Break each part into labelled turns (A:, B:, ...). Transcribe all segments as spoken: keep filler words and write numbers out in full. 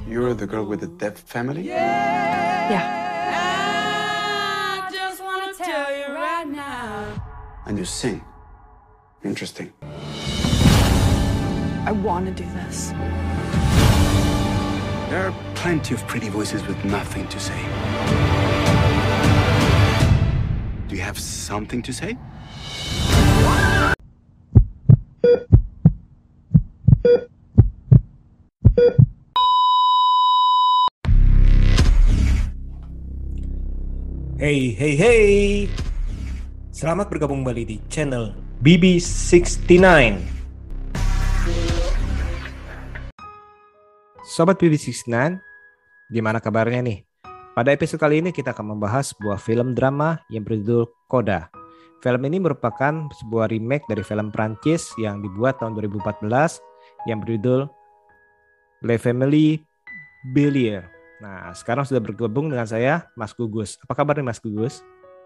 A: You're the girl with the deaf family?
B: Yeah.
C: I just wanna tell you right now.
A: And you sing. Interesting.
B: I want to do this.
A: There are plenty of pretty voices with nothing to say. Do you have something to say?
D: Hey, hey, hey. Selamat bergabung kembali di channel B B enam puluh sembilan. Sobat B B enam puluh sembilan, gimana kabarnya nih? Pada episode kali ini kita akan membahas sebuah film drama yang berjudul Coda. Film ini merupakan sebuah remake dari film Prancis yang dibuat tahun dua ribu empat belas yang berjudul Le Famille Bélier. Nah, sekarang sudah bergabung dengan saya, Mas Gugus. Apa kabar nih, Mas Gugus?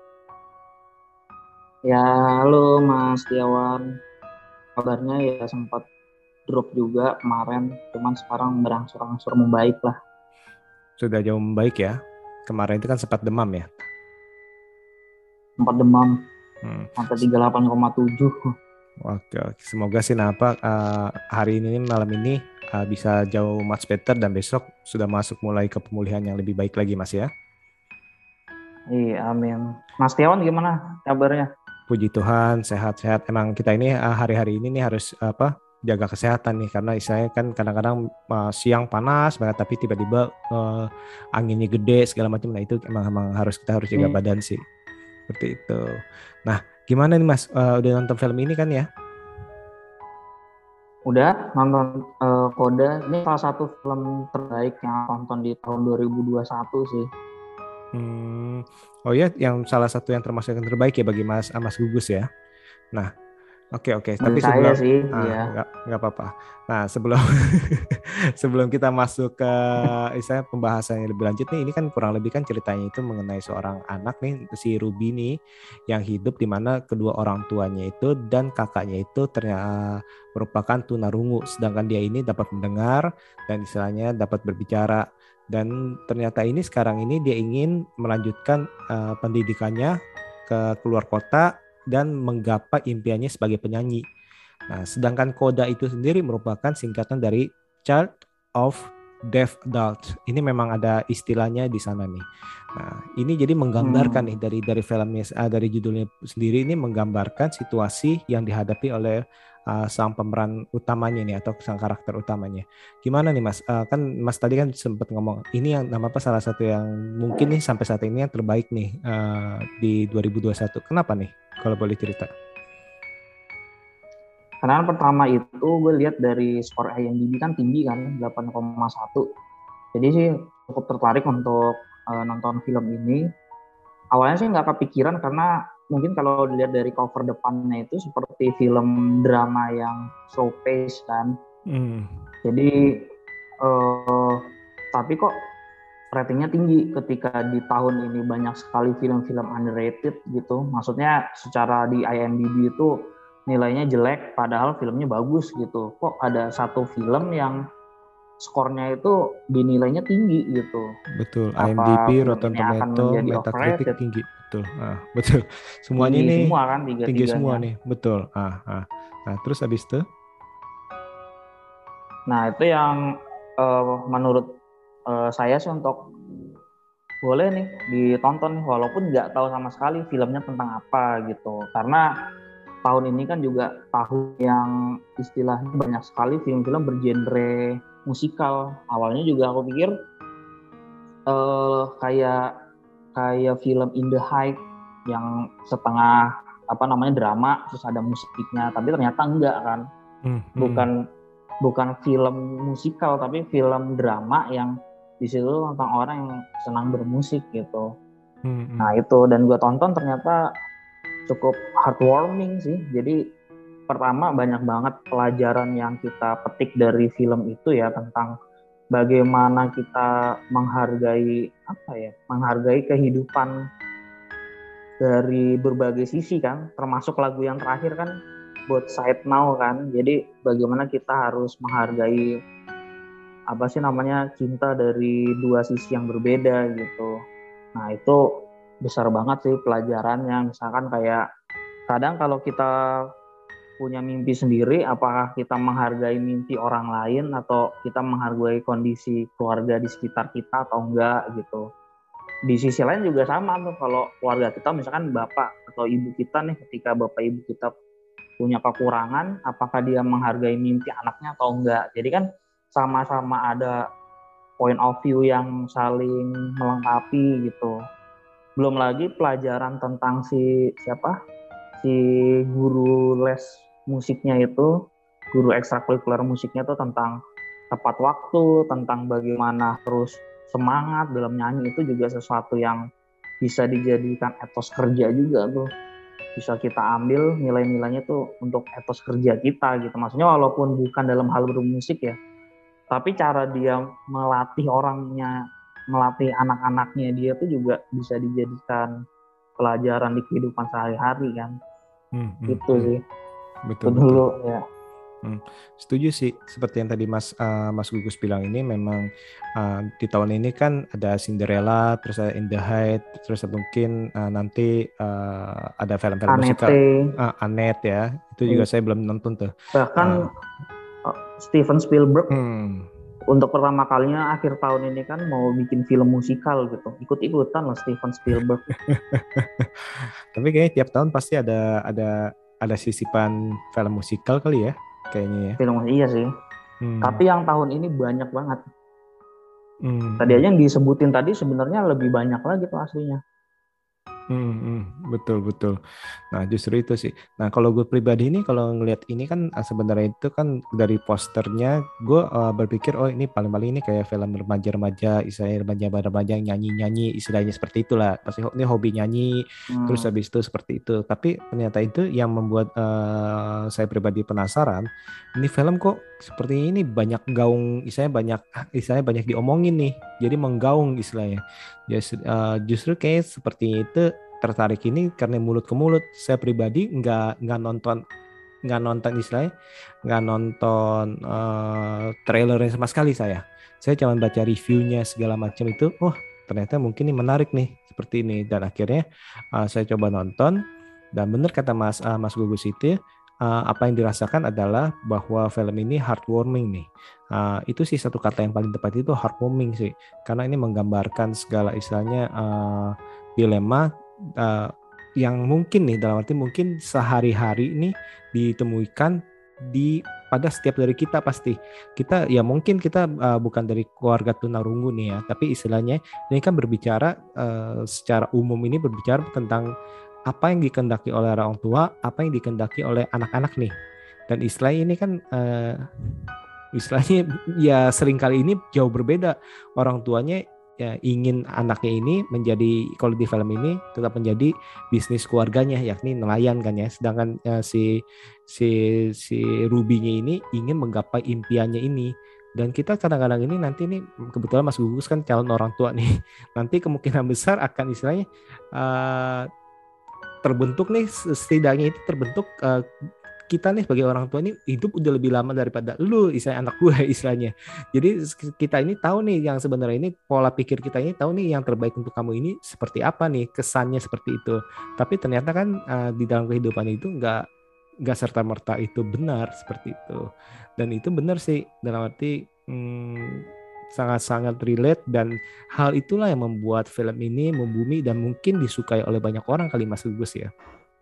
E: Ya, halo Mas Tiawan. Kabarnya ya sempat drop juga kemarin, cuman sekarang berangsur-angsur membaik lah.
D: Sudah jauh membaik ya. Kemarin itu kan sempat demam ya.
E: Sempat demam
D: Hmm.
E: sampai tiga puluh delapan koma tujuh.
D: Oke, oke. Semoga sih Napa uh, hari ini malam ini uh, bisa jauh much better dan besok sudah masuk mulai ke pemulihan yang lebih baik lagi, Mas ya.
E: Iya, amin. Mas Tiawan gimana kabarnya?
D: Puji Tuhan, sehat-sehat. Emang kita ini uh, hari-hari ini nih harus apa? Jaga kesehatan nih, karena istilahnya kan kadang-kadang uh, siang panas banget tapi tiba-tiba uh, anginnya gede segala macam. Nah, itu emang emang harus kita harus jaga
E: Hmm.
D: badan sih. Seperti itu. Nah, gimana nih Mas? Uh, udah nonton film ini kan ya?
E: Udah nonton uh, Coda. Ini salah satu film terbaik yang aku tonton di tahun dua ribu dua puluh satu sih.
D: Hmm. Oh ya, yang salah satu yang termasuk yang terbaik ya bagi Mas ah, Mas Gugus ya. Nah, oke oke. Tapi
E: Menurut saya
D: sebelum
E: sih,
D: ah
E: ya.
D: nggak nggak apa-apa. Nah, sebelum sebelum kita masuk ke istilah pembahasan yang lebih lanjut nih, ini kan kurang lebih kan ceritanya itu mengenai seorang anak nih, si Ruby nih, yang hidup di mana kedua orang tuanya itu dan kakaknya itu ternyata merupakan tunarungu, sedangkan dia ini dapat mendengar dan istilahnya dapat berbicara. Dan ternyata ini sekarang ini dia ingin melanjutkan uh, pendidikannya ke keluar kota dan menggapai impiannya sebagai penyanyi. Nah, sedangkan Coda itu sendiri merupakan singkatan dari Child of Deaf Adult. Ini memang ada istilahnya di sana nih. Nah, ini jadi menggambarkan
E: Hmm.
D: nih dari dari filmnya uh, dari judulnya sendiri ini menggambarkan situasi yang dihadapi oleh uh, sang pemeran utamanya nih atau sang karakter utamanya. Gimana nih Mas? Uh, kan Mas tadi kan sempat ngomong ini yang nama apa salah satu yang mungkin nih sampai saat ini yang terbaik nih uh, di dua ribu dua puluh satu. Kenapa nih? Kalau boleh cerita.
E: Karena pertama itu gue lihat dari skor I M D B kan tinggi kan, delapan koma satu. Jadi sih cukup tertarik untuk uh, nonton film ini. Awalnya sih nggak kepikiran karena mungkin kalau dilihat dari cover depannya itu seperti film drama yang slow pace kan.
D: Hmm.
E: Jadi uh, tapi kok ratingnya tinggi ketika di tahun ini banyak sekali film-film underrated gitu. Maksudnya secara di I M D B itu nilainya jelek padahal filmnya bagus gitu. Kok ada satu film yang skornya itu dinilainya tinggi gitu.
D: Betul,
E: Apa
D: I M D B,
E: film
D: Rotten
E: ini akan
D: Tomato,
E: menjadi
D: Metacritic
E: overrated?
D: tinggi, betul. Ah, betul. Semuanya
E: Tinggi
D: ini
E: semua kan
D: tinggi
E: tiga-tiganya.
D: semua nih, betul. Ah, ah. Nah, terus habis itu?
E: Nah itu yang uh, menurut uh, saya sih untuk boleh nih ditonton nih walaupun nggak tahu sama sekali filmnya tentang apa gitu. Karena tahun ini kan juga tahun yang istilahnya banyak sekali film-film bergenre musikal. Awalnya juga aku pikir uh, kayak kayak film In the Heights yang setengah apa namanya drama terus ada musiknya, tapi ternyata enggak kan.
D: Hmm, hmm.
E: Bukan bukan film musikal tapi film drama yang di situ tentang orang yang senang bermusik gitu.
D: Hmm, hmm.
E: Nah itu dan gue tonton ternyata cukup heartwarming sih. Jadi pertama banyak banget pelajaran yang kita petik dari film itu ya tentang bagaimana kita menghargai apa ya, menghargai kehidupan dari berbagai sisi kan, termasuk lagu yang terakhir kan Both Side Now kan. Jadi bagaimana kita harus menghargai apa sih namanya cinta dari dua sisi yang berbeda gitu. Nah itu besar banget sih pelajarannya. Misalkan kayak kadang kalau kita punya mimpi sendiri, apakah kita menghargai mimpi orang lain atau kita menghargai kondisi keluarga di sekitar kita atau enggak gitu. Di sisi lain juga sama tuh, kalau keluarga kita misalkan bapak atau ibu kita nih, ketika bapak ibu kita punya kekurangan, apakah dia menghargai mimpi anaknya atau enggak. Jadi kan sama-sama ada point of view yang saling melengkapi gitu. Belum lagi pelajaran tentang si siapa si guru les musiknya itu, guru ekstrakurikuler musiknya itu tentang tepat waktu, tentang bagaimana terus semangat dalam nyanyi, itu juga sesuatu yang bisa dijadikan etos kerja juga tuh. Bisa kita ambil nilai-nilainya tuh untuk etos kerja kita gitu. Maksudnya walaupun bukan dalam hal bermusik ya, tapi cara dia melatih orangnya, melatih anak-anaknya dia tuh juga bisa dijadikan pelajaran di kehidupan sehari-hari kan.
D: Hmm, hmm,
E: Gitu
D: hmm.
E: sih.
D: Betul,
E: Itu dulu
D: betul.
E: ya.
D: Hmm, setuju sih, seperti yang tadi Mas uh, Mas Gugus bilang, ini memang uh, di tahun ini kan ada Cinderella, terus ada In the Heights, terus mungkin uh, nanti uh, ada film-film musikal
E: Annette,
D: uh, Annette ya, itu juga saya belum nonton tuh.
E: bahkan
D: Uh,
E: uh, Steven Spielberg
D: hmm,
E: untuk pertama kalinya akhir tahun ini kan mau bikin film musikal gitu. Ikut-ikutan lah Steven Spielberg.
D: tapi kayaknya tiap tahun pasti ada ada ada sisipan film musikal kali ya, kayaknya ya.
E: Film iya sih.
D: Hmm,
E: Tapi yang tahun ini banyak banget.
D: hmm,
E: Tadi aja yang disebutin tadi sebenarnya lebih banyak lagi tuh aslinya.
D: Hmm, hmm, betul betul. Nah justru itu sih. Nah kalau gue pribadi ini kalau ngelihat ini kan uh, sebenarnya itu kan dari posternya gue uh, berpikir oh ini paling-paling ini kayak film remaja-remaja, istilahnya remaja-remaja yang nyanyi-nyanyi, istilahnya seperti itulah. Pasti ini hobi nyanyi,
E: Hmm.
D: terus habis itu seperti itu. Tapi ternyata itu yang membuat uh, saya pribadi penasaran. Ini film kok seperti ini banyak gaung, istilahnya banyak, istilahnya banyak diomongin nih. Jadi menggaung istilahnya. Just, uh, justru kayak seperti itu tertarik ini karena mulut ke mulut. Saya pribadi nggak nggak nonton nggak nonton istilahnya nggak nonton uh, trailernya sama sekali saya. Saya cuma baca reviewnya segala macam itu. Oh ternyata mungkin ini menarik nih seperti ini, dan akhirnya uh, saya coba nonton, dan benar kata Mas uh, Mas Gugus itu. Uh, apa yang dirasakan adalah bahwa film ini heartwarming nih. Uh, itu sih satu kata yang paling tepat, itu heartwarming sih. Karena ini menggambarkan segala istilahnya uh, dilema uh, yang mungkin nih dalam arti mungkin sehari-hari ini ditemukan di pada setiap dari kita. Pasti kita ya mungkin kita uh, bukan dari keluarga tunarungu nih ya, tapi istilahnya ini kan berbicara uh, secara umum, ini berbicara tentang apa yang dikehendaki oleh orang tua, apa yang dikehendaki oleh anak-anak nih. Dan istilah ini kan uh, istilahnya ya seringkali ini jauh berbeda. Orang tuanya ya ingin anaknya ini menjadi, kalau di film ini tetap menjadi bisnis keluarganya, yakni nelayan kan ya. Sedangkan uh, si si si Ruby-nya ini ingin menggapai impiannya ini. Dan kita kadang-kadang ini nanti nih, kebetulan Mas Gugus kan calon orang tua nih, nanti kemungkinan besar akan istilahnya uh, terbentuk nih, setidaknya itu terbentuk uh, kita nih sebagai orang tua ini hidup udah lebih lama daripada lu, istilahnya anak gue istilahnya. Jadi kita ini tahu nih yang sebenarnya ini pola pikir kita ini tahu nih yang terbaik untuk kamu ini seperti apa nih, kesannya seperti itu. Tapi ternyata kan uh, di dalam kehidupan itu nggak nggak serta merta itu benar seperti itu. Dan itu benar sih dalam arti hmm, sangat-sangat relate, dan hal itulah yang membuat film ini membumi dan mungkin disukai oleh banyak orang kali Mas Gugus ya.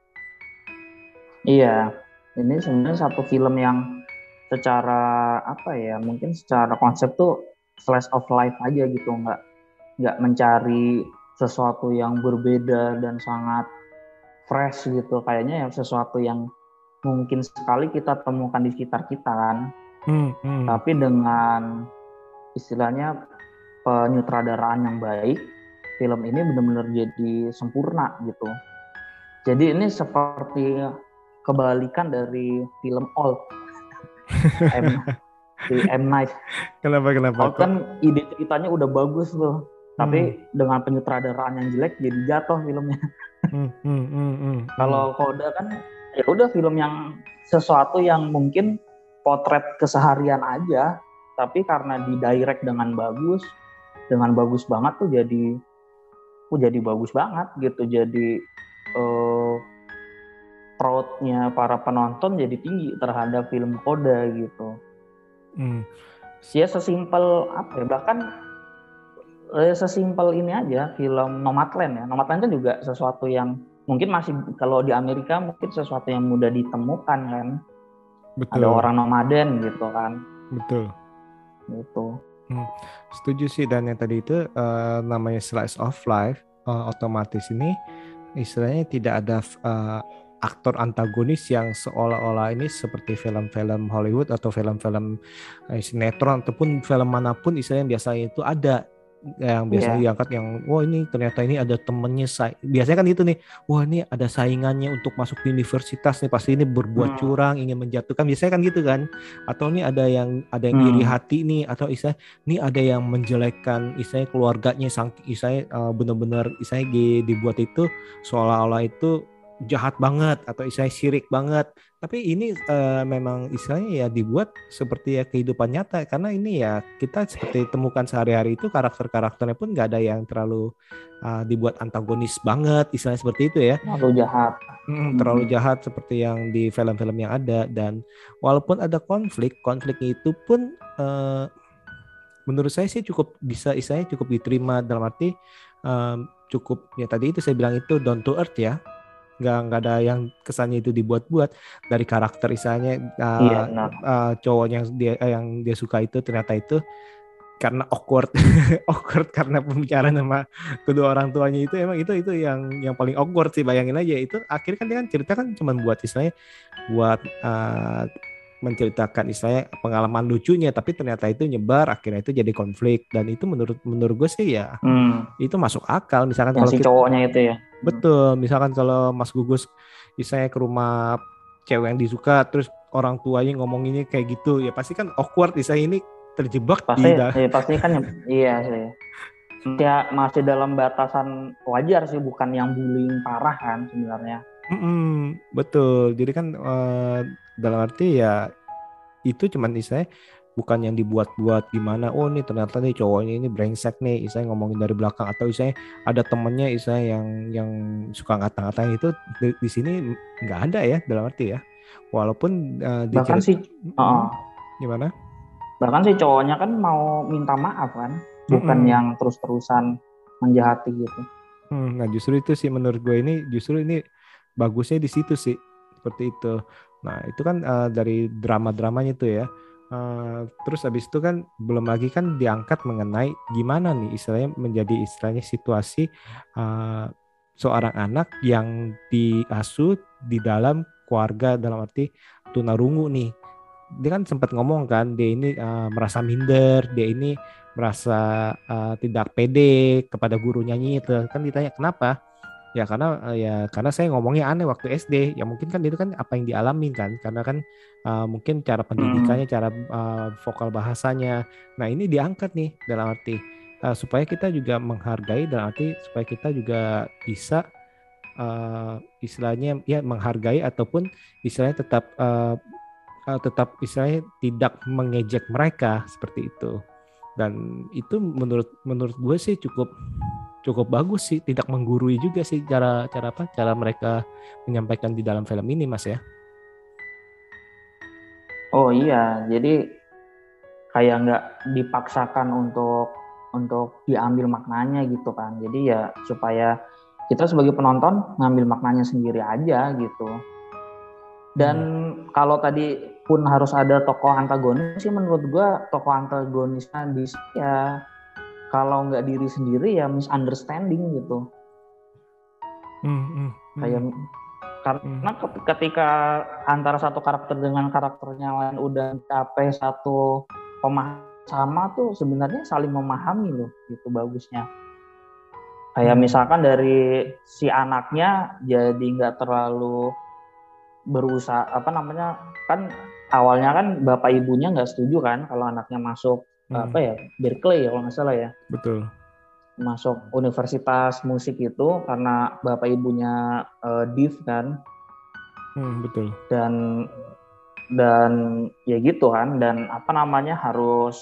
E: Iya, ini sebenarnya satu film yang secara apa ya, mungkin secara konsep tuh slice of life aja gitu, nggak nggak mencari sesuatu yang berbeda dan sangat fresh gitu. Kayaknya ya sesuatu yang mungkin sekali kita temukan di sekitar kita kan,
D: Hmm, hmm.
E: tapi dengan istilahnya penyutradaraan yang baik, film ini benar-benar jadi sempurna gitu. Jadi ini seperti kebalikan dari film Old. M, di M. Night.
D: Kenapa kenapa?
E: Old kan ide ceritanya udah bagus tuh, tapi hmm. dengan penyutradaraan yang jelek jadi jatuh filmnya.
D: Hmm, hmm, hmm, hmm,
E: Kalau Coda kan ya udah film yang sesuatu yang mungkin potret keseharian aja, tapi karena di direct dengan bagus, dengan bagus banget tuh jadi, oh jadi bagus banget gitu, jadi eh, proudnya para penonton jadi tinggi terhadap film Coda gitu.
D: Hmm.
E: Ya sesimpel apa ya, bahkan eh, sesimpel ini aja film Nomadland ya. Nomadland kan juga sesuatu yang mungkin masih kalau di Amerika mungkin sesuatu yang mudah ditemukan kan.
D: Betul.
E: Ada orang nomaden gitu kan.
D: Betul.
E: Gitu.
D: Hmm. Setuju sih, dan yang tadi itu uh, namanya slice of life, uh, otomatis ini istilahnya tidak ada uh, aktor antagonis yang seolah-olah ini seperti film-film Hollywood atau film-film eh, sinetron ataupun film manapun istilahnya biasanya itu ada yang biasanya yeah. diangkat yang wah ini ternyata ini ada temennya, biasanya kan itu nih, wah ini ada saingannya untuk masuk ke universitas nih, pasti ini berbuat hmm. curang, ingin menjatuhkan, biasanya kan gitu kan, atau ini ada yang ada yang iri hmm. hati nih, atau istilah ini ada yang menjelekkan istilahnya keluarganya, sang istilahnya uh, benar-benar istilahnya dibuat itu seolah-olah itu jahat banget atau istilahnya syirik banget, tapi ini uh, memang istilahnya ya dibuat seperti ya kehidupan nyata, karena ini ya kita seperti temukan sehari-hari itu karakter-karakternya pun nggak ada yang terlalu uh, dibuat antagonis banget, istilahnya seperti itu ya,
E: terlalu jahat
D: hmm, terlalu jahat seperti yang di film-film yang ada. Dan walaupun ada konflik, konflik itu pun uh, menurut saya sih cukup bisa istilahnya cukup diterima, dalam arti um, cukup ya tadi itu saya bilang itu down to earth ya, nggak nggak ada yang kesannya itu dibuat-buat dari karakter istilahnya uh,
E: iya, nah.
D: uh, cowok yang dia uh, yang dia suka itu ternyata itu karena awkward awkward karena pembicaraan sama kedua orang tuanya, itu emang itu itu yang yang paling awkward sih, bayangin aja itu akhirnya kan dia kan cerita kan cuma buat istilahnya buat uh, menceritakan istilahnya pengalaman lucunya, tapi ternyata itu nyebar akhirnya itu jadi konflik, dan itu menurut menurut gue sih ya hmm. itu masuk akal. Misalkan
E: yang
D: kalau
E: si
D: kita,
E: cowoknya itu ya
D: betul, misalkan kalau Mas Gugus istilahnya ke rumah cewek yang disuka terus orang tuanya ngomonginnya kayak gitu, ya pasti kan awkward, istilahnya ini terjebak
E: pasti,
D: di
E: ya, pasti kan iya sih ya, masih dalam batasan wajar sih, bukan yang bullying parah kan sebenarnya.
D: Mm-mm, betul, jadi kan uh, dalam arti ya itu cuman istilahnya bukan yang dibuat-buat gimana, oh nih ternyata nih cowoknya ini brengsek nih, istilahnya ngomongin dari belakang, atau istilahnya ada temennya istilahnya yang yang suka ngata-ngatain, itu di, di sini nggak ada ya, dalam arti ya, walaupun uh,
E: bahkan si uh,
D: gimana
E: bahkan si cowoknya kan mau minta maaf kan, bukan mm-hmm. yang terus-terusan menjahati gitu.
D: Hmm, nah justru itu sih menurut gue ini justru ini bagusnya di situ sih, seperti itu. Nah itu kan uh, dari drama-dramanya tuh ya. Uh, terus habis itu kan belum lagi kan diangkat mengenai gimana nih istilahnya menjadi istilahnya situasi uh, seorang anak yang diasuh di dalam keluarga dalam arti tunarungu nih. Dia kan sempat ngomong kan dia ini uh, merasa minder, dia ini merasa uh, tidak pede kepada guru nyanyi itu. Kan ditanya kenapa? Ya karena ya karena saya ngomongnya aneh waktu S D. Ya mungkin kan itu kan apa yang dialamin kan, karena kan uh, mungkin cara pendidikannya, hmm. cara uh, vokal bahasanya. Nah ini diangkat nih dalam arti uh, supaya kita juga menghargai, dalam arti supaya kita juga bisa uh, istilahnya ya menghargai ataupun istilahnya tetap uh, uh, tetap istilahnya tidak mengejek mereka seperti itu. Dan itu menurut menurut gue sih cukup cukup bagus sih, tidak menggurui juga sih cara cara apa cara mereka menyampaikan di dalam film ini, Mas ya.
E: Oh iya, jadi kayak nggak dipaksakan untuk untuk diambil maknanya gitu kan. Jadi ya supaya kita sebagai penonton ngambil maknanya sendiri aja gitu. Dan hmm. kalau tadi pun harus ada tokoh antagonis sih, menurut gua tokoh antagonisnya di ya kalau nggak diri sendiri ya misunderstanding gitu.
D: Hmm, hmm, hmm.
E: Kayak karena hmm. ketika antara satu karakter dengan karakternya lain udah mencapai satu pemahaman sama tuh sebenarnya saling memahami loh, gitu bagusnya. Kayak hmm. misalkan dari si anaknya jadi nggak terlalu berusaha apa namanya, kan awalnya kan bapak ibunya nggak setuju kan kalau anaknya masuk hmm. apa ya Berkeley ya kalau nggak salah ya.
D: Betul.
E: Masuk universitas musik itu karena bapak ibunya uh, div kan.
D: Hmm, betul.
E: Dan dan ya gitu kan, dan apa namanya harus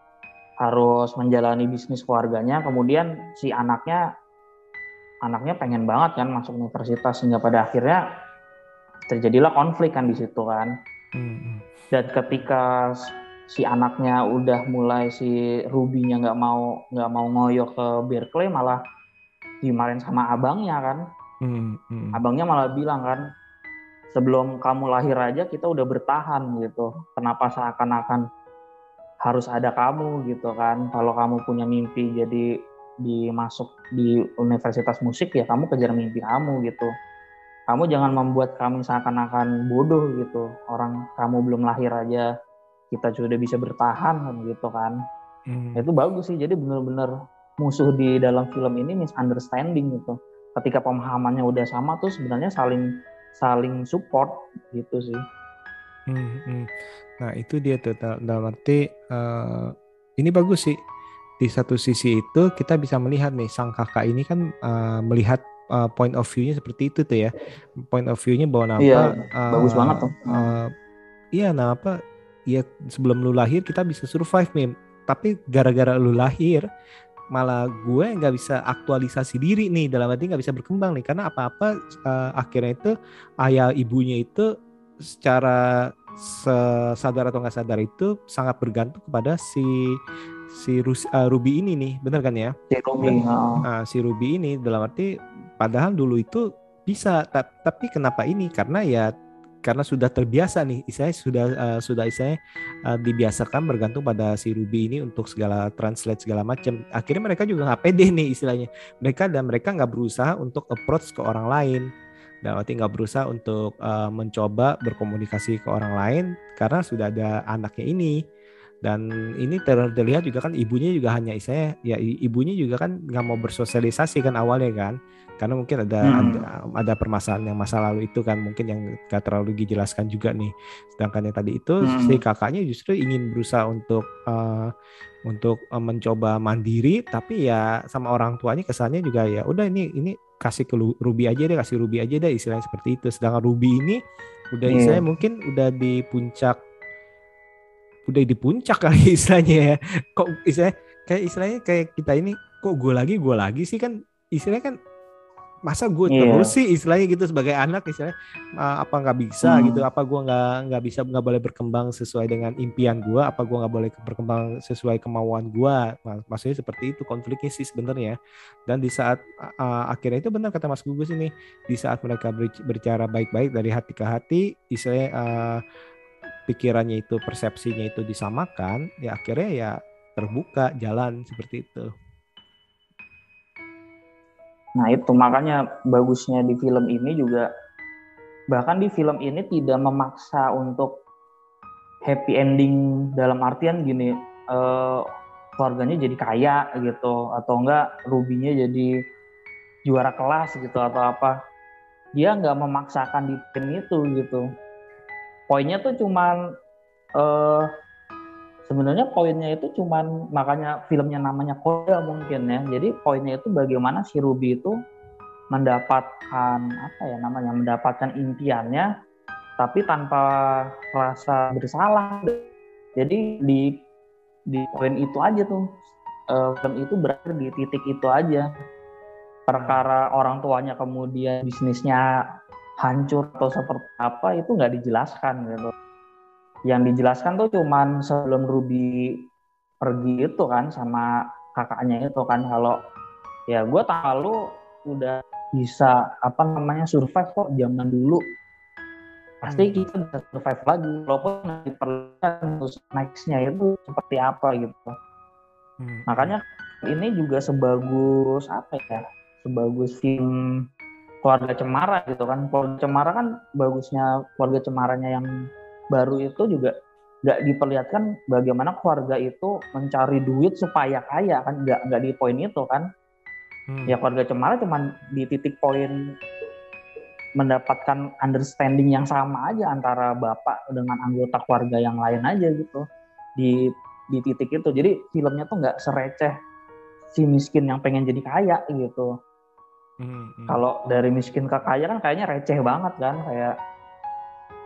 E: harus menjalani bisnis keluarganya, kemudian si anaknya anaknya pengen banget kan masuk universitas, sehingga pada akhirnya terjadilah konflik kan di situ kan.
D: Hmm.
E: Dan ketika si anaknya udah mulai si Ruby-nya nggak mau nggak mau ngoyo ke Berkeley, malah dimarahin sama abangnya kan.
D: Hmm. Hmm.
E: Abangnya malah bilang kan, sebelum kamu lahir aja kita udah bertahan gitu, kenapa seakan-akan harus ada kamu gitu kan. Kalau kamu punya mimpi jadi dimasuk di universitas musik, ya kamu kejar mimpi kamu gitu. Kamu jangan membuat kami seakan-akan bodoh gitu. Orang kamu belum lahir aja kita sudah bisa bertahan kan gitu kan.
D: Hmm.
E: Itu bagus sih. Jadi benar-benar musuh di dalam film ini misunderstanding gitu. Ketika pemahamannya udah sama tuh sebenarnya saling saling support gitu sih.
D: Hmm. Hmm. Nah itu dia tuh dalam arti uh, ini bagus sih. Di satu sisi itu kita bisa melihat nih sang kakak ini kan uh, melihat Uh, point of view-nya seperti itu tuh ya, point of view-nya bahwa nampak
E: Iya,
D: uh,
E: bagus banget tuh.
D: Uh, iya, nah apa? Ya sebelum lu lahir kita bisa survive nih, tapi gara-gara lu lahir malah gue nggak bisa aktualisasi diri nih, dalam arti nggak bisa berkembang nih, karena apa-apa uh, akhirnya itu ayah ibunya itu secara sadar atau nggak sadar itu sangat bergantung kepada si si Rus, uh, Ruby ini nih, benar kan ya?
E: Si Ruby,
D: uh, si Ruby ini dalam arti padahal dulu itu bisa, tapi kenapa ini? Karena ya karena sudah terbiasa nih, istilahnya sudah uh, sudah istilahnya uh, dibiasakan bergantung pada si Ruby ini untuk segala translate segala macam. Akhirnya mereka juga nggak pede nih istilahnya. Mereka dan mereka nggak berusaha untuk approach ke orang lain. Dan arti nggak berusaha untuk uh, mencoba berkomunikasi ke orang lain karena sudah ada anaknya ini. Dan ini terlihat juga kan ibunya juga hanya istilahnya ya ibunya juga kan nggak mau bersosialisasi kan awalnya kan, karena mungkin ada hmm. ada, ada permasalahan yang masa lalu itu kan mungkin yang gak terlalu dijelaskan juga nih. Sedangkan yang tadi itu hmm. si kakaknya justru ingin berusaha untuk uh, untuk uh, mencoba mandiri, tapi ya sama orang tuanya kesannya juga ya udah ini ini kasih ke Ruby aja deh, kasih Ruby aja deh istilahnya seperti itu. Sedangkan Ruby ini udah istilahnya yeah. mungkin udah di puncak udah di puncak kali istilahnya ya. Kok istilahnya kayak istilahnya kayak kita ini kok gue lagi gue lagi sih kan istilahnya kan masa gue yeah. terus sih istilahnya gitu sebagai anak istilahnya uh, apa nggak bisa hmm. gitu, apa gue nggak nggak bisa nggak boleh berkembang sesuai dengan impian gue, apa gue nggak boleh berkembang sesuai kemauan gue. Maksudnya seperti itu konfliknya sih sebenarnya. Dan di saat uh, akhirnya itu benar kata Mas Gugus ini, di saat mereka berbicara baik-baik dari hati ke hati istilahnya uh, pikirannya itu, persepsinya itu disamakan, ya akhirnya ya terbuka jalan seperti itu.
E: Nah itu makanya bagusnya di film ini juga, bahkan di film ini tidak memaksa untuk happy ending dalam artian gini, eh, keluarganya jadi kaya gitu, atau enggak Ruby-nya jadi juara kelas gitu atau apa. Dia nggak memaksakan di film itu gitu. Poinnya tuh cuman uh, sebenarnya poinnya itu cuman makanya filmnya namanya Koda mungkin ya. Jadi poinnya itu bagaimana si Ruby itu mendapatkan apa ya namanya mendapatkan impiannya tapi tanpa rasa bersalah. Jadi di di poin itu aja tuh uh, film itu berakhir di titik itu aja. Perkara orang tuanya kemudian bisnisnya hancur atau seperti apa itu nggak dijelaskan gitu. Yang dijelaskan tuh cuman sebelum Ruby pergi itu kan sama kakaknya itu kan, kalau ya gue tahu lu udah bisa apa namanya survive kok zaman dulu, pasti kita bisa survive lagi walaupun diperlihatkan terus nextnya itu seperti apa gitu. Hmm. Makanya ini juga sebagus apa ya, sebagus film Keluarga Cemara gitu kan. Keluarga Cemara kan bagusnya Keluarga Cemaranya yang baru itu juga nggak diperlihatkan bagaimana keluarga itu mencari duit supaya kaya kan, nggak nggak di poin itu kan. Hmm. Ya Keluarga Cemara cuma di titik poin mendapatkan understanding yang sama aja antara bapak dengan anggota keluarga yang lain aja gitu di di titik itu. Jadi filmnya tuh nggak sereceh si miskin yang pengen jadi kaya gitu. Hmm, hmm. Kalau dari miskin ke kaya kan kayaknya receh banget kan, kayak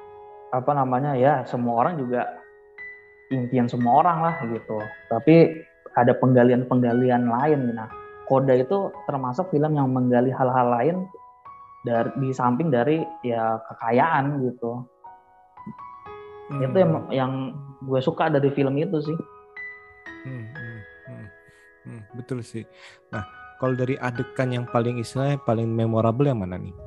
E: apa namanya ya semua orang juga impian semua orang lah gitu. Tapi ada penggalian-penggalian lain. Nah, Coda itu termasuk film yang menggali hal-hal lain dari di samping dari ya kekayaan gitu. Hmm. Itu yang yang gue suka dari film itu sih.
D: Hmm, hmm, hmm, hmm, betul sih. Nah, kalau dari adegan yang paling istilahnya paling memorable yang mana nih?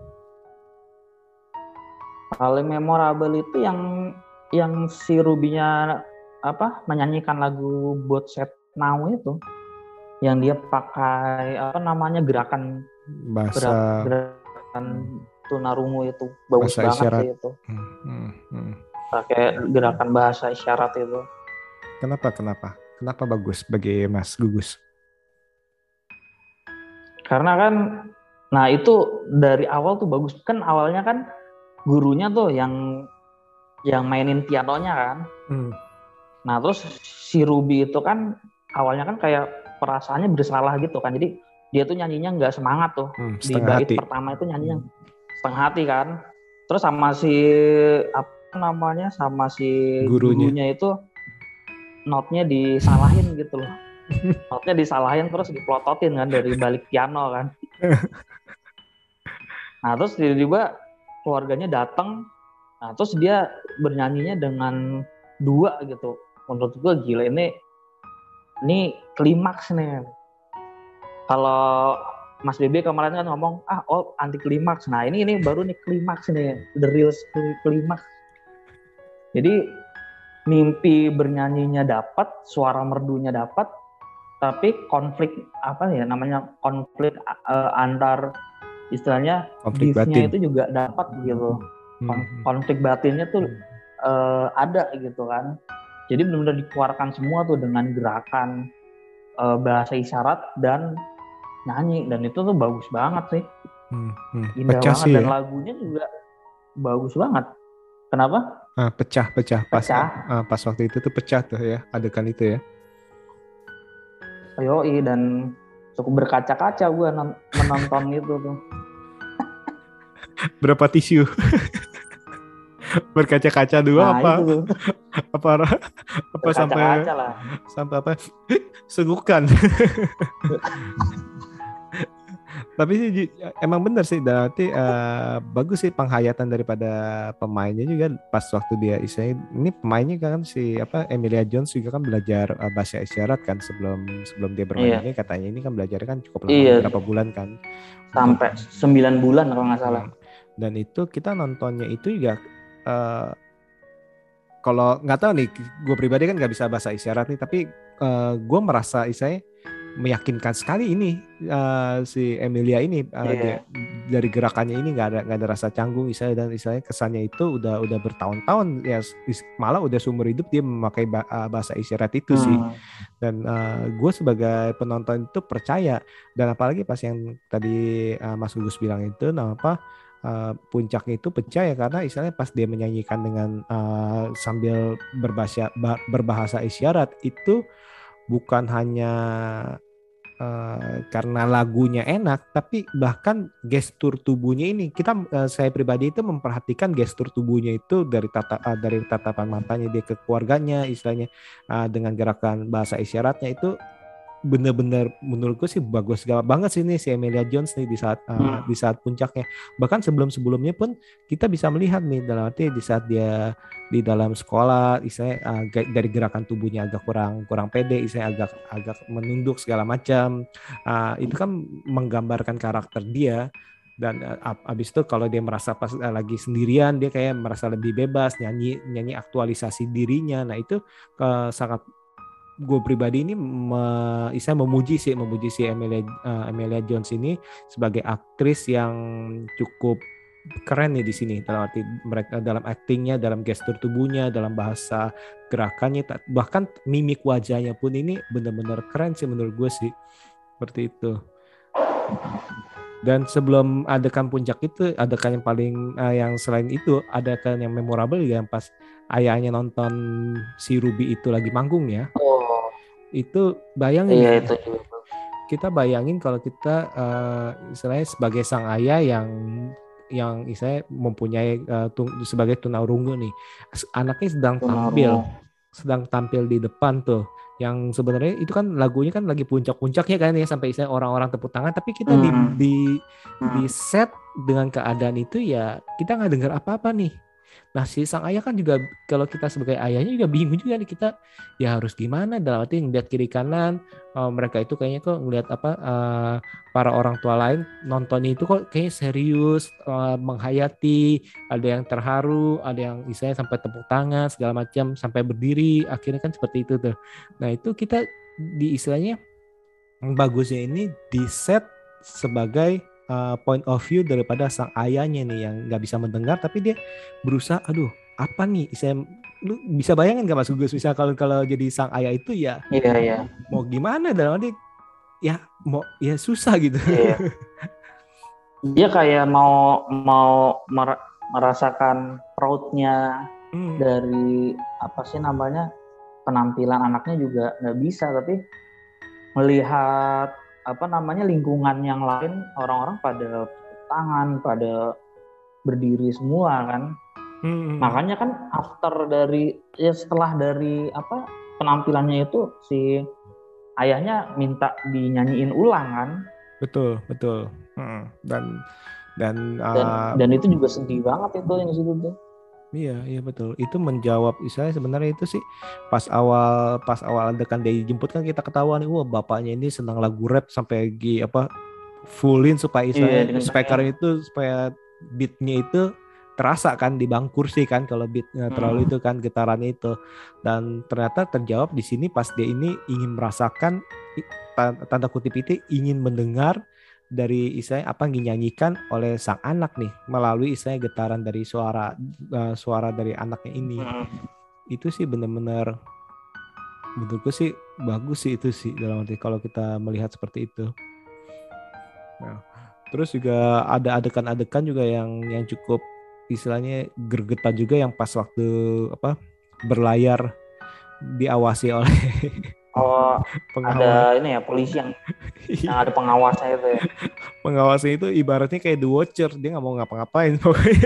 E: Paling memorable itu yang yang si Ruby-nya apa menyanyikan lagu Both Set Now itu, yang dia pakai apa namanya gerakan
D: bahasa
E: gerak, gerakan tunarungu itu bagus banget isyarat. Sih itu. Hmm, hmm, hmm. Pakai gerakan bahasa isyarat itu.
D: Kenapa kenapa? Kenapa bagus bagi Mas Gugus?
E: Karena kan, nah itu dari awal tuh bagus kan, awalnya kan gurunya tuh yang yang mainin pianonya kan. Hmm. Nah terus si Ruby itu kan awalnya kan kayak perasaannya bersalah gitu kan, jadi dia tuh nyanyinya nggak semangat tuh. Hmm, di bait hati. Pertama itu nyanyinya setengah hati kan. Terus sama si apa namanya sama si gurunya, gurunya itu notnya disalahin gitu loh. Notnya disalahin terus diplototin kan dari balik piano kan. Nah terus tiba-tiba keluarganya datang. Nah terus dia bernyanyinya dengan dua gitu. Menurut gue gila, ini ini klimaks nih. Kalau Mas Bebe kemarin kan ngomong ah oh anti klimaks. Nah ini ini baru nih klimaks nih, the real klimaks. Jadi mimpi bernyanyinya dapat, suara merdunya dapat, tapi konflik apa ya namanya konflik uh, antar istilahnya beefnya itu juga dapat gitu. Kon- konflik batinnya tuh uh, ada gitu kan. Jadi benar-benar dikeluarkan semua tuh dengan gerakan uh, bahasa isyarat dan nyanyi, dan itu tuh bagus banget sih. Hmm, hmm. Indah pecah banget sih, dan ya? Lagunya juga bagus banget. Kenapa?
D: Ah, pecah, pecah, pas, pecah. Ah, pas waktu itu tuh pecah tuh ya, adegan itu ya.
E: Yoi, dan cukup berkaca-kaca gue menonton itu tuh.
D: Berapa tisu? Berkaca-kaca dua nah, apa? apa apa sampai lah. Sampai apa? Segukan. Tapi sih emang benar sih, berarti uh, bagus sih penghayatan daripada pemainnya juga pas waktu dia istilahnya ini pemainnya kan si apa Emilia Jones juga kan belajar uh, bahasa isyarat kan sebelum sebelum dia bermain. Iya. Ini katanya ini kan belajar kan cukup lama, iya. Berapa bulan kan?
E: Sampai sembilan bulan kalau nggak salah.
D: Dan itu kita nontonnya itu juga uh, kalau nggak tahu nih, gue pribadi kan nggak bisa bahasa isyarat nih, tapi uh, gue merasa istilahnya meyakinkan sekali ini uh, si Emilia ini uh, yeah. dia, dari gerakannya ini nggak ada nggak ada rasa canggung istilahnya, dan istilahnya kesannya itu udah udah bertahun-tahun ya, malah udah seumur hidup dia memakai bahasa isyarat itu hmm. sih. Dan uh, gue sebagai penonton itu percaya, dan apalagi pas yang tadi uh, Mas Gugus bilang itu nah apa uh, puncaknya itu pecah ya, karena istilahnya pas dia menyanyikan dengan uh, sambil berbahasa berbahasa isyarat itu bukan hanya uh, karena lagunya enak, tapi bahkan gestur tubuhnya ini kita uh, saya pribadi itu memperhatikan gestur tubuhnya itu dari tata uh, dari tatapan matanya dia ke keluarganya istilahnya uh, dengan gerakan bahasa isyaratnya itu benar-benar menurutku sih bagus banget sih nih si Emilia Jones nih di saat uh, hmm. di saat puncaknya. Bahkan sebelum-sebelumnya pun kita bisa melihat nih dalam arti di saat dia di dalam sekolah istilahnya uh, dari gerakan tubuhnya agak kurang kurang pede, istilahnya agak agak menunduk segala macam. Uh, itu kan menggambarkan karakter dia. Dan uh, abis itu kalau dia merasa pas uh, lagi sendirian dia kayak merasa lebih bebas nyanyi nyanyi aktualisasi dirinya. Nah itu uh, sangat gue pribadi ini me, saya memuji sih memuji si Emilia uh, Emilia Jones ini sebagai aktris yang cukup keren nih di sini, dalam arti mereka dalam aktingnya, dalam gestur tubuhnya, dalam bahasa gerakannya, bahkan mimik wajahnya pun ini benar-benar keren sih menurut gue sih, seperti itu. Dan sebelum adegan puncak itu, adegan yang paling uh, yang selain itu, adegan yang memorable yang pas ayahnya nonton si Ruby itu lagi manggung ya. Oh. Itu bayangin iya, itu. Kita bayangin kalau kita uh, istilahnya sebagai sang ayah yang yang saya mempunyai uh, tung, sebagai tunarungu nih, anaknya sedang
E: Tunarungu.
D: tampil, sedang tampil di depan tuh, yang sebenarnya itu kan lagunya kan lagi puncak-puncaknya kan ya, sampai saya orang-orang tepuk tangan, tapi kita
E: Hmm.
D: di di
E: Hmm.
D: di set dengan keadaan itu ya kita nggak dengar apa-apa nih. Nah si sang ayah kan juga, kalau kita sebagai ayahnya juga bingung juga nih, kita ya harus gimana, dalam arti ngeliat kiri kanan, uh, mereka itu kayaknya kok ngeliat apa, uh, para orang tua lain nontonnya itu kok kayaknya serius, uh, menghayati, ada yang terharu, ada yang istilahnya sampai tepuk tangan segala macam, sampai berdiri, akhirnya kan seperti itu tuh. Nah itu kita di istilahnya bagusnya ini di set sebagai uh, point of view daripada sang ayahnya nih yang nggak bisa mendengar, tapi dia berusaha, aduh apa nih, saya lu bisa bayangin gak Mas Gugus, misal kalau kalau jadi sang ayah itu ya
E: Iya, iya.
D: mau gimana, dalam arti ya mau ya susah gitu.
E: Iya. Dia kayak mau mau mer- merasakan proudnya
D: Hmm.
E: dari apa sih namanya, penampilan anaknya juga nggak bisa, tapi melihat apa namanya lingkungan yang lain, orang-orang pada tepuk tangan, pada berdiri semua kan.
D: Hmm.
E: Makanya kan after dari ya setelah dari apa penampilannya itu, si ayahnya minta dinyanyiin ulang kan.
D: Betul betul. Hmm. Dan dan,
E: Dan
D: uh,
E: dan itu juga sedih banget itu yang di situ tuh.
D: Iya, iya betul. Itu menjawab, saya sebenarnya itu sih pas awal pas awal adegan dia dijemput kan kita ketahuan nih, wah bapaknya ini senang lagu rap sampai gi apa fullin supaya
E: Iya,
D: istilahnya
E: dengan
D: speaker itu supaya beatnya itu terasa kan di bang kursi kan, kalau beatnya terlalu
E: Hmm.
D: itu kan getarannya itu. Dan ternyata terjawab di sini pas dia ini ingin merasakan, tanda kutip itu ingin mendengar dari istilahnya apa yang dinyanyikan oleh sang anak nih, melalui istilahnya getaran dari suara uh, suara dari anaknya ini.
E: Hmm.
D: Itu sih benar-benar menurutku sih bagus sih, itu sih dalam arti kalau kita melihat seperti itu. Nah, terus juga ada adegan-adegan juga yang yang cukup istilahnya gergetan juga, yang pas waktu apa berlayar diawasi oleh
E: Oh,
D: pengawal.
E: ada ini ya polisi yang yang ada pengawasnya itu ya.
D: Pengawasnya itu ibaratnya kayak The Watcher, dia nggak mau ngapa-ngapain pokoknya.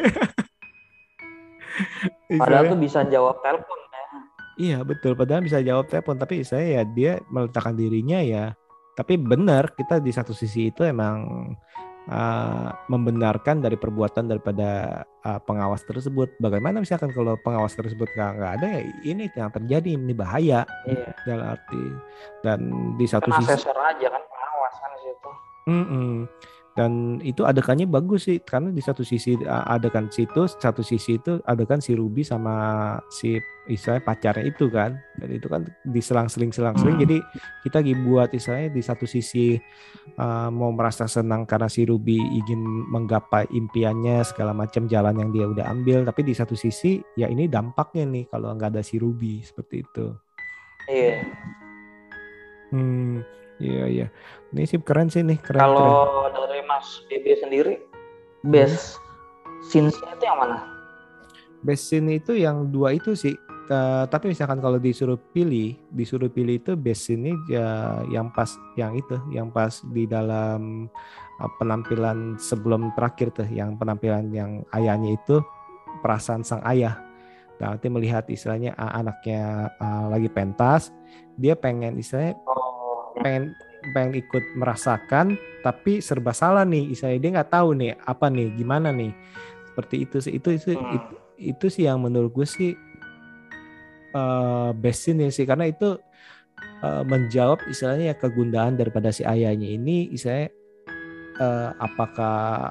E: Padahal tuh bisa jawab telepon ya.
D: Iya betul, padahal bisa jawab telepon, tapi saya ya dia meletakkan dirinya ya. Tapi benar, kita di satu sisi itu emang uh, membenarkan dari perbuatan daripada uh, pengawas tersebut. Bagaimana misalkan kalau pengawas tersebut nggak nggak ada, ya ini yang terjadi, ini bahaya.
E: Iya.
D: Dalam arti, dan di satu
E: Kan
D: sisi
E: asesor aja kan pengawas kan di situ.
D: Mm-mm. Dan itu adegannya bagus sih, karena di satu sisi uh, adegan situ, satu sisi itu adegan si Ruby sama si istilahnya pacarnya itu kan, dan itu kan diselang-seling selang-seling.
E: Hmm.
D: Jadi kita dibuat istilahnya di satu sisi uh, mau merasa senang karena si Ruby ingin menggapai impiannya segala macam jalan yang dia udah ambil, tapi di satu sisi ya ini dampaknya nih kalau nggak ada si Ruby, seperti itu.
E: Iya.
D: Hmm, iya iya. Ini sih keren sih nih, keren.
E: Kalau
D: keren.
E: dari Mas Bebe sendiri, best scenes-nya itu yang mana?
D: Best scene itu yang dua itu sih. Uh, tapi misalkan kalau disuruh pilih, disuruh pilih itu best scene ya yang pas yang itu, yang pas di dalam uh, penampilan sebelum terakhir tuh, yang penampilan yang ayahnya itu, perasaan sang ayah. Nah, nanti melihat istilahnya uh, anaknya uh, lagi pentas, dia pengen istilahnya
E: Oh,
D: pengen pengen ikut merasakan, tapi serba salah nih, istilahnya dia nggak tahu nih apa nih, gimana nih, seperti itu sih. Itu itu
E: Hmm.
D: itu, itu sih yang menurut gue sih uh, best scene sih, karena itu uh, menjawab istilahnya kegundaan daripada si ayahnya ini, istilahnya uh, apakah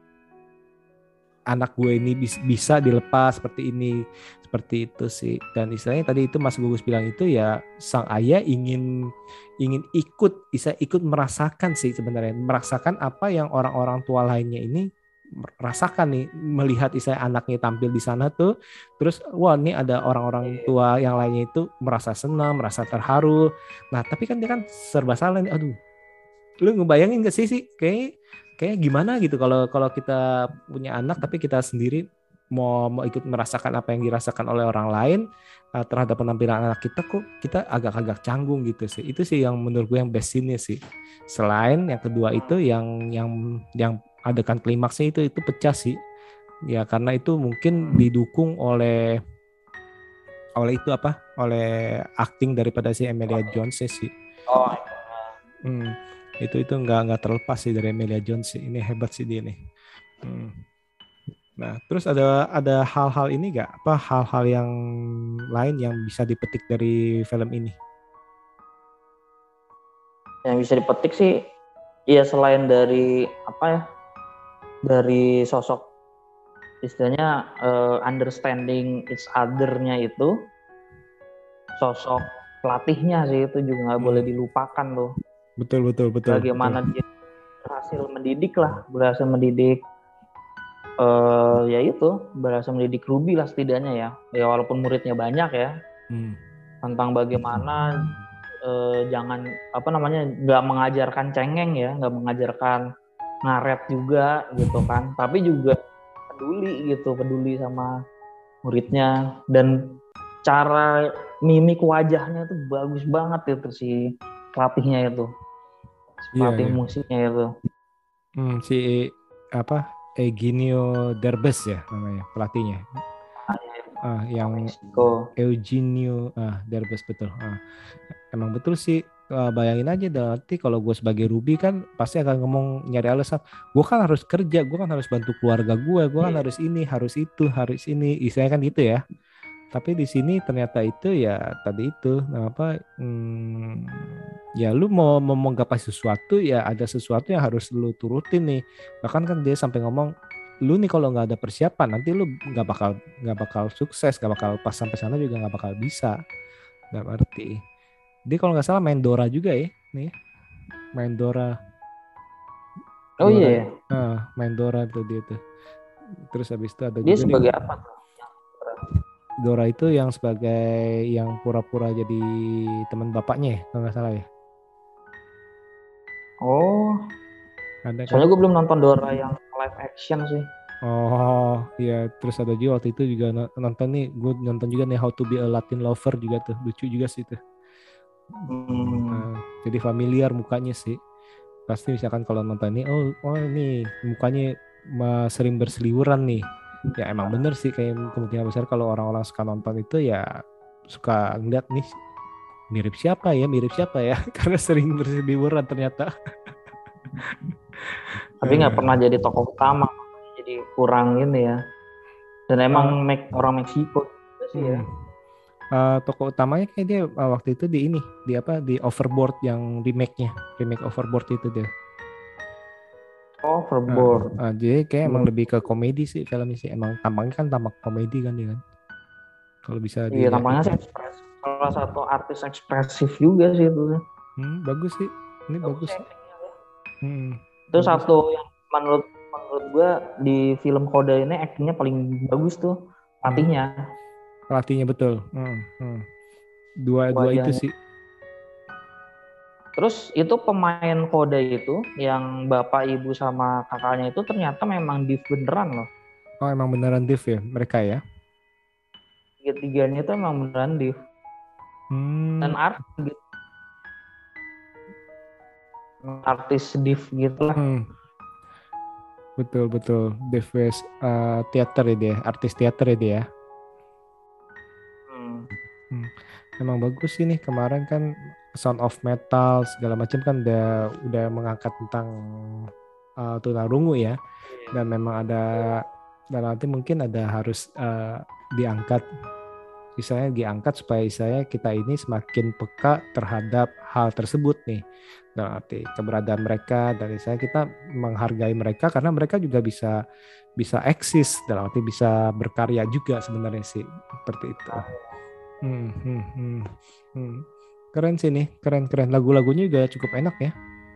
D: anak gue ini bis, bisa dilepas seperti ini, seperti itu sih. Dan istilahnya tadi itu Mas Gugus bilang itu ya, sang ayah ingin ingin ikut, bisa ikut merasakan sih sebenarnya, merasakan apa yang orang-orang tua lainnya ini merasakan nih, melihat istilahnya anaknya tampil di sana tuh, terus wah ini ada orang-orang tua yang lainnya itu merasa senang, merasa terharu. Nah tapi kan dia kan serba salah nih, aduh, lu ngebayangin gak sih sih kayak kayak gimana gitu kalau kalau kita punya anak tapi kita sendiri mau mau ikut merasakan apa yang dirasakan oleh orang lain uh, terhadap penampilan anak kita, kok kita agak-agak canggung gitu sih. Itu sih yang menurut gue yang best scene-nya sih. Selain yang kedua itu yang yang yang adegan klimaksnya itu itu pecah sih. Ya karena itu mungkin didukung oleh oleh itu apa? Oleh acting daripada si Emilia Jones sih.
E: Oh,
D: Hmm, itu itu nggak nggak terlepas sih dari Emilia Jones sih. Ini hebat sih dia nih. Hmm. Nah, terus ada ada hal-hal ini nggak? Apa hal-hal yang lain yang bisa dipetik dari film ini?
E: yang bisa dipetik sih, ya selain dari apa ya, dari sosok istilahnya uh, understanding each other-nya itu, sosok pelatihnya sih itu juga nggak
D: Hmm.
E: boleh dilupakan tuh.
D: Betul betul betul.
E: Bagaimana
D: betul.
E: dia berhasil mendidik lah, berhasil mendidik, uh, ya itu berhasil mendidik Ruby lah setidaknya ya. Ya walaupun muridnya banyak ya,
D: Hmm.
E: tentang bagaimana uh, jangan apa namanya nggak mengajarkan cengeng ya, nggak mengajarkan ngaret juga gitu kan, tapi juga peduli gitu, peduli sama muridnya, dan cara mimik wajahnya tuh bagus banget itu si pelatihnya itu, si
D: Iya,
E: pelatih
D: iya.
E: musiknya itu.
D: Hmm, si apa Eugenio Derbez ya namanya pelatihnya. Ah, yang
E: Meksiko.
D: Eugenio ah Derbez betul. Ah, emang betul sih. Ah, bayangin aja dah, nanti kalau gue sebagai Ruby kan pasti akan ngomong nyari alasan. Gue kan harus kerja, gue kan harus bantu keluarga gue, gue kan
E: Iya.
D: harus ini, harus itu, harus ini. Istilahnya kan gitu ya. Tapi di sini ternyata itu ya tadi itu nah apa hmm, ya lu mau mau menggapai sesuatu ya ada sesuatu yang harus lu turutin nih. Bahkan kan dia sampai ngomong lu nih kalau nggak ada persiapan nanti lu nggak bakal nggak bakal sukses, nggak bakal pas sampai sana juga nggak bakal bisa. Nggak ngerti. Dia kalau nggak salah main Dora juga ya nih, main Dora.
E: Oh
D: Dora,
E: iya,
D: nah, main Dora tuh dia tuh. Terus habis itu ada
E: dia
D: juga
E: sebagai
D: nih,
E: apa tuh?
D: Dora itu yang sebagai yang pura-pura jadi teman bapaknya ya, kalau nggak salah ya.
E: Oh,
D: Ada kan?
E: soalnya gue belum nonton Dora yang live action sih.
D: Oh iya, terus ada juga waktu itu juga no- nonton nih, gue nonton juga nih How to be a Latin Lover juga tuh, lucu juga sih itu.
E: Hmm.
D: Nah, jadi familiar mukanya sih. Pasti misalkan kalau nonton ini, oh oh ini mukanya ma- sering berseliweran nih. Ya emang bener sih kayak kemungkinan besar kalau orang-orang suka nonton itu ya suka ngeliat nih mirip siapa ya, mirip siapa ya, karena sering berseliweran ternyata.
E: Tapi nggak pernah jadi tokoh utama, jadi kurang ini ya. Dan emang Mek- orang Meksiko juga sih ya.
D: Hmm. Uh, tokoh utamanya kayak dia uh, waktu itu di ini di apa di Overboard yang remake-nya remake Overboard itu dia.
E: Oh,
D: Uh,
E: Overboard.
D: uh, jadi kayak emang
E: Hmm.
D: lebih ke komedi sih filmnya sih, emang tampangnya kan tampak komedi kan dia kan. Kalau bisa
E: Iya,
D: dilihat
E: tampaknya
D: itu.
E: sih ekspresif. Salah satu artis ekspresif juga sih itu.
D: Hmm, bagus sih. Ini bagus.
E: Bagus actingnya ya.
D: Hmm,
E: Itu
D: bagus.
E: satu yang menurut menurut gua di film Koda ini aktingnya paling bagus tuh pelatihnya.
D: Pelatihnya betul. Hmm, hmm. Dua dua itu
E: Wajahnya.
D: sih.
E: Terus itu pemain Koda itu yang bapak ibu sama kakaknya itu ternyata memang div beneran loh.
D: Oh emang beneran div ya mereka ya.
E: Tiga-tiganya itu emang beneran div.
D: Hmm.
E: Dan art gitu. Artis div gitu lah.
D: Hmm. Betul betul. Div West uh, teater ya dia, artis teater ya dia.
E: Hmm.
D: Hmm. Emang bagus sih nih kemarin kan Sound of Metal segala macam kan udah udah mengangkat tentang uh, tunarungu ya, dan memang ada dan nanti mungkin ada harus uh, diangkat, misalnya diangkat supaya saya kita ini semakin peka terhadap hal tersebut nih, dan arti keberadaan mereka, dan saya kita menghargai mereka karena mereka juga bisa bisa eksis dalam arti bisa berkarya juga sebenarnya sih seperti itu. Hmm, hmm, hmm, hmm. Keren sih nih, keren-keren. Lagu-lagunya juga cukup enak ya.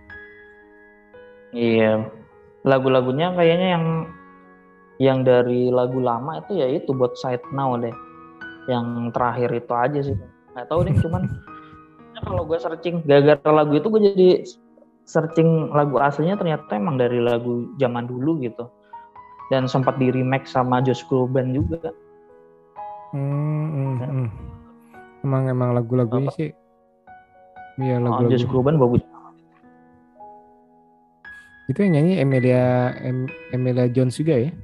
E: Iya, lagu-lagunya kayaknya yang yang dari lagu lama itu ya itu buat Side Now deh. Yang terakhir itu aja sih. Nggak tahu deh, cuman kalau gue searching gara-gara lagu itu gue jadi searching lagu aslinya ternyata emang dari lagu zaman dulu gitu. Dan sempat di remake sama Josh Groban juga.
D: Hmm, hmm, hmm. Emang emang lagu-lagunya sih. Iya
E: Oh,
D: lagu-lagu.
E: Josh Groban bagus.
D: Itu yang nyanyi Emilia em, Emilia Jones juga ya?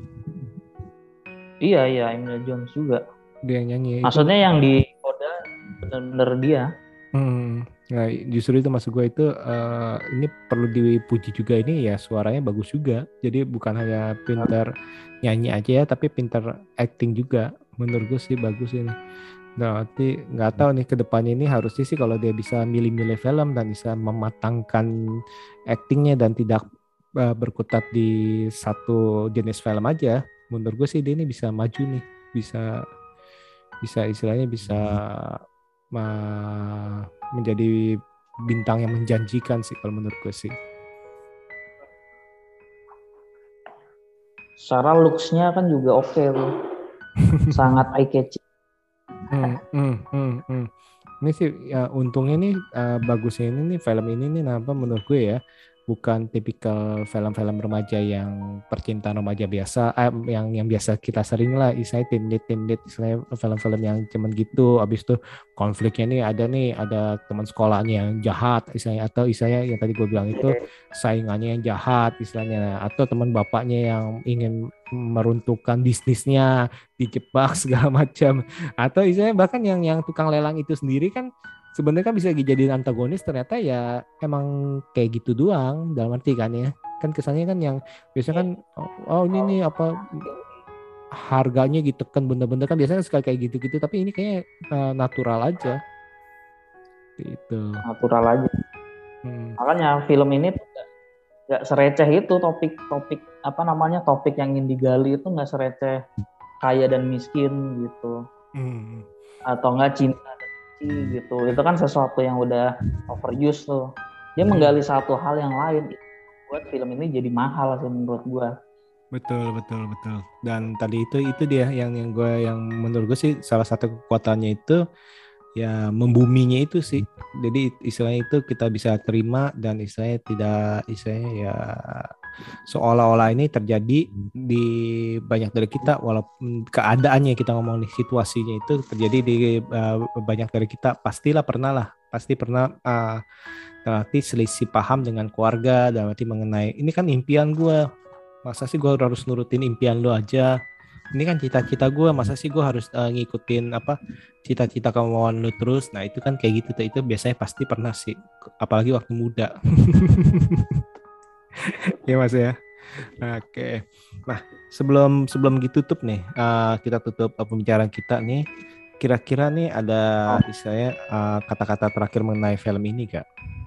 E: Iya iya Emilia Jones juga.
D: Dia yang nyanyi itu.
E: Maksudnya yang di Oda bener-bener dia.
D: Hmm, nah justru itu maksud gue itu uh, ini perlu dipuji juga, ini ya suaranya bagus juga. Jadi bukan hanya pintar nyanyi aja ya, tapi pintar acting juga. Menurut gue sih bagus ini. Nah, nanti nggak tahu nih ke depannya ini harusnya sih kalau dia bisa milih-milih film dan bisa mematangkan actingnya dan tidak uh, berkutat di satu jenis film aja. Menurut gue sih dia ini bisa maju nih, bisa bisa istilahnya bisa ma- menjadi bintang yang menjanjikan sih kalau menurut gue sih.
E: Secara looks-nya kan juga oke tuh. Sangat eye catching.
D: Hmm, hmm, hmm, hmm. Ini sih ya, untungnya nih uh, bagusnya ini nih film ini nih apa menurut gue ya, bukan tipikal film-film remaja yang percintaan remaja biasa, eh, yang yang biasa kita sering lah, istilahnya teen lead teen lead, istilahnya film-film yang cuman gitu, abis itu konfliknya nih ada nih ada teman sekolahnya yang jahat istilahnya, atau istilahnya yang tadi gue bilang itu saingannya yang jahat istilahnya, atau teman bapaknya yang ingin meruntuhkan bisnisnya, dijebak segala macam, atau istilahnya bahkan yang yang tukang lelang itu sendiri kan sebenarnya kan bisa dijadiin antagonis, ternyata ya emang kayak gitu doang dalam arti kan ya, kan kesannya kan yang biasanya kan oh, oh ini nih apa harganya gitu kan bener-bener kan biasanya sekali kayak gitu-gitu, tapi ini kayak uh, natural aja gitu.
E: Natural aja.
D: Hmm.
E: Makanya film ini tuh nggak sereceh itu topik-topik apa namanya topik yang ingin digali itu nggak sereceh kaya dan miskin gitu.
D: Hmm.
E: Atau nggak cinta dan benci gitu. Itu kan sesuatu yang udah overuse tuh. Dia menggali satu hal yang lain. Buat film ini jadi mahal sih menurut gua.
D: Betul betul betul. Dan tadi itu itu dia yang yang gue yang menurut gue sih salah satu kekuatannya itu ya membuminya itu sih. Jadi istilahnya itu kita bisa terima dan istilahnya tidak istilahnya ya seolah-olah ini terjadi di banyak dari kita, walaupun keadaannya kita ngomong nih situasinya itu terjadi di uh, banyak dari kita, pastilah pernah lah pasti pernah uh, berarti selisih paham dengan keluarga dan berarti mengenai ini kan impian gue, masa sih gue harus nurutin impian lo aja, ini kan cita-cita gue, masa sih gue harus uh, ngikutin apa cita-cita kemauan lu terus. Nah itu kan kayak gitu tuh, itu biasanya pasti pernah sih, apalagi waktu muda. Ya mas ya. Oke. Nah sebelum sebelum ditutup nih, uh, kita tutup uh, pembicaraan kita nih. Kira-kira nih ada istilahnya uh, kata-kata terakhir mengenai film ini Kak?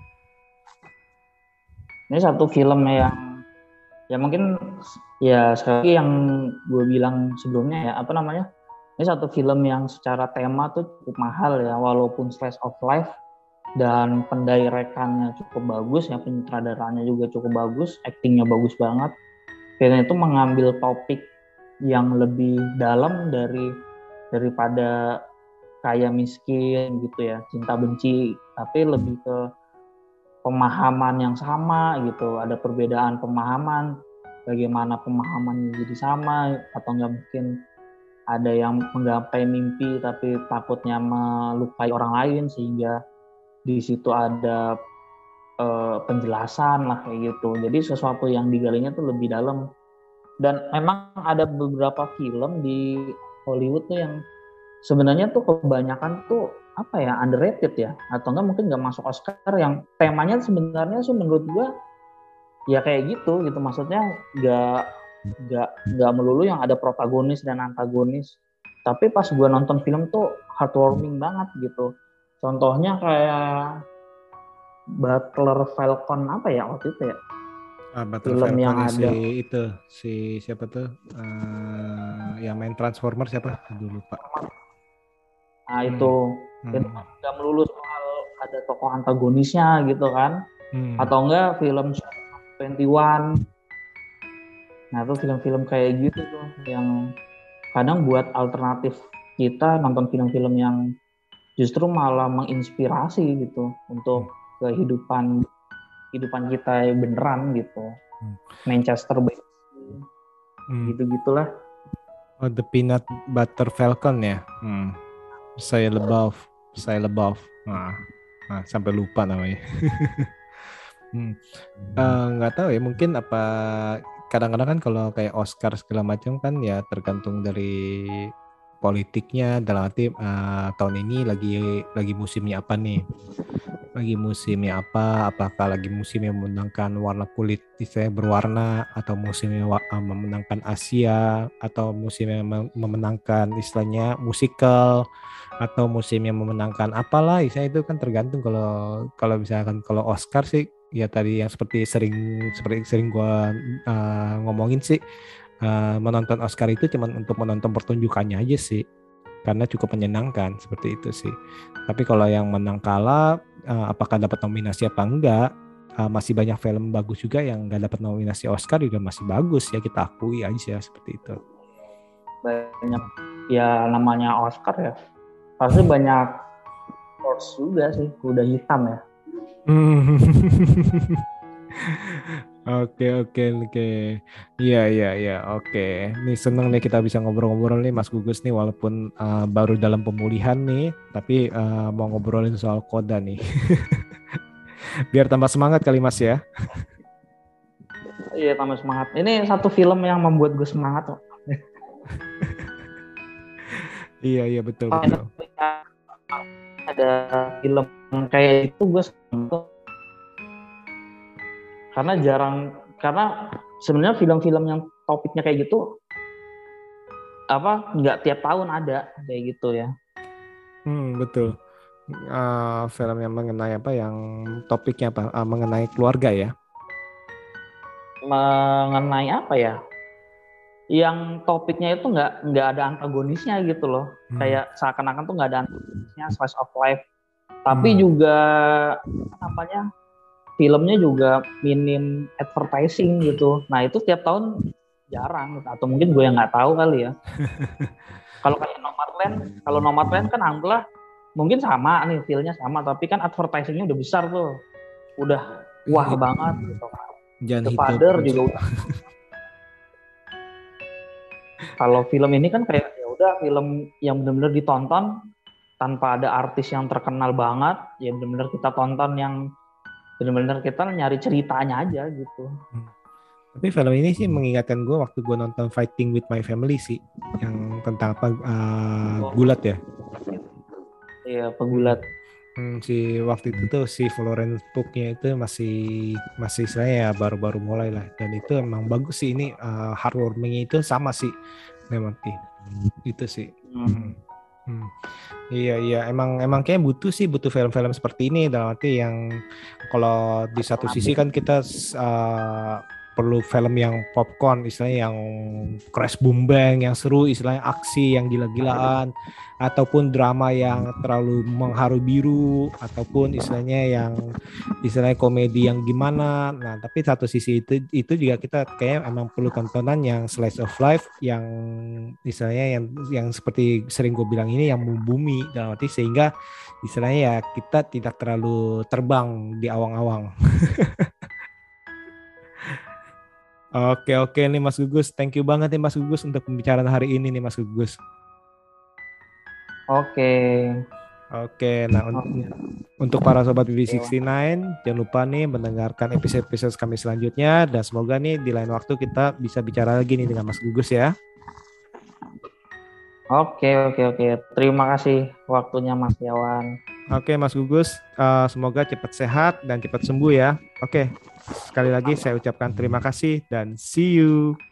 E: Ini satu film yang ya mungkin ya sekali lagi yang gue bilang sebelumnya ya apa namanya, ini satu film yang secara tema tuh cukup mahal ya, walaupun slice of life dan pendirekannya cukup bagus ya, penyutradaranya juga cukup bagus, aktingnya bagus banget. Film itu mengambil topik yang lebih dalam dari daripada kaya miskin gitu ya, cinta benci, tapi lebih ke pemahaman yang sama gitu, ada perbedaan pemahaman, bagaimana pemahaman jadi sama, atau nggak mungkin ada yang menggapai mimpi tapi takutnya melukai orang lain, sehingga di situ ada uh, penjelasan lah kayak gitu. Jadi sesuatu yang digalinya tuh lebih dalam. Dan memang ada beberapa film di Hollywood tuh yang sebenarnya tuh kebanyakan tuh apa ya underrated ya, atau enggak mungkin nggak masuk Oscar, yang temanya sebenarnya tuh menurut gua ya kayak gitu gitu, maksudnya nggak nggak nggak melulu yang ada protagonis dan antagonis, tapi pas gua nonton film tuh heartwarming banget gitu. Contohnya kayak Butler Falcon apa ya waktu itu ya,
D: Ah,
E: film yang
D: si
E: ada
D: itu si siapa tuh uh, yang main Transformer siapa? Aduh lupa.
E: Nah itu
D: Hmm.
E: itu nggak melulu soal ada tokoh antagonisnya gitu kan,
D: Hmm.
E: atau enggak film dua puluh satu. Nah itu film-film kayak gitu tuh yang kadang buat alternatif kita nonton film-film yang justru malah menginspirasi gitu untuk kehidupan kehidupan kita beneran gitu. Hmm. Manchester by hmm. gitu-gitulah.
D: Oh, The Peanut Butter Falcon ya. Hmm. Saya LaBeouf, saya LaBeouf. Nah, nah, sampai lupa namanya. Hmm. Eh, nggak tahu ya, mungkin apa kadang-kadang kan kalau kayak Oscar segala macam kan ya tergantung dari politiknya, dalam arti eh, tahun ini lagi lagi musimnya apa nih, lagi musimnya apa, apakah lagi musimnya memenangkan warna kulit istilahnya berwarna, atau musimnya wa- eh, memenangkan Asia, atau musimnya mem- memenangkan istilahnya musikal, atau musimnya memenangkan apalah, istilahnya itu kan tergantung. Kalau kalau misalkan kalau Oscar sih ya tadi yang seperti sering seperti sering gua uh, ngomongin sih, uh, menonton Oscar itu cuma untuk menonton pertunjukannya aja sih, karena cukup menyenangkan seperti itu sih. Tapi kalau yang menang kalah, uh, apakah dapat nominasi apa enggak, uh, masih banyak film bagus juga yang nggak dapat nominasi Oscar juga masih bagus ya, kita akui aja seperti itu.
E: Banyak ya namanya Oscar ya, pasti banyak horse juga sih, kuda hitam ya.
D: Oke oke oke, iya iya iya, oke. Nih seneng nih kita bisa ngobrol-ngobrol nih Mas Gugus nih, walaupun uh, baru dalam pemulihan nih, tapi uh, mau ngobrolin soal Coda nih. Biar tambah semangat kali Mas ya.
E: Iya, tambah semangat. Ini satu film yang membuat gue semangat kok.
D: Iya iya betul betul.
E: Ada film kayak itu gue senang. Karena jarang, karena sebenarnya film-film yang topiknya kayak gitu apa nggak tiap tahun ada kayak gitu ya.
D: Hmm betul. Uh, film yang mengenai apa, yang topiknya apa, uh, mengenai keluarga ya.
E: Mengenai apa ya? Yang topiknya itu nggak nggak ada antagonisnya gitu loh. Hmm. Kayak seakan-akan tuh nggak ada antagonisnya, slice of life. Tapi hmm. juga apa namanya? Filmnya juga minim advertising gitu. Nah itu tiap tahun jarang, atau mungkin gue yang nggak tahu kali ya. Kalau kayak Nomadland, kalau Nomadland kan anggaplah mungkin sama nih, feel-nya sama, tapi kan advertisingnya udah besar tuh, udah wah banget gitu.
D: Jangan
E: The Father juga udah. Kalau film ini kan kayak ya udah film yang benar-benar ditonton tanpa ada artis yang terkenal banget, ya benar-benar kita tonton yang benar-benar kita nyari ceritanya aja gitu.
D: Hmm. Tapi film ini sih mengingatkan gue waktu gue nonton Fighting with My Family sih, yang tentang apa uh, oh. gulat ya.
E: Iya, pegulat.
D: Hmm, si waktu itu tuh si Florence Pugh-nya itu masih masih saya ya baru-baru mulai lah, dan itu emang bagus sih. Ini uh, heartwarming itu sama sih, memang itu sih. Hmm. Hmm. Iya iya emang emang kayak butuh sih butuh film-film seperti ini, dalam arti yang kalau di satu sisi kan kita uh, perlu film yang popcorn, istilahnya yang crash boom bang, yang seru, istilahnya aksi yang gila-gilaan, ataupun drama yang terlalu mengharu biru, ataupun istilahnya yang istilahnya komedi yang gimana. Nah tapi satu sisi itu itu juga kita kayak emang perlu tontonan yang slice of life, yang istilahnya yang yang seperti sering gue bilang ini, yang membumi, dalam arti sehingga istilahnya ya kita tidak terlalu terbang di awang-awang. Oke oke nih Mas Gugus, thank you banget nih Mas Gugus untuk pembicaraan hari ini nih Mas Gugus.
E: Oke.
D: Oke, nah okay. Untuk para sobat B B enam puluh sembilan, jangan lupa nih mendengarkan episode-episode kami selanjutnya, dan semoga nih di lain waktu kita bisa bicara lagi nih dengan Mas Gugus ya.
E: Oke oke oke, terima kasih waktunya Mas Yawan.
D: Oke Mas Gugus, uh, semoga cepat sehat dan cepat sembuh ya. Oke, sekali lagi saya ucapkan terima kasih dan see you.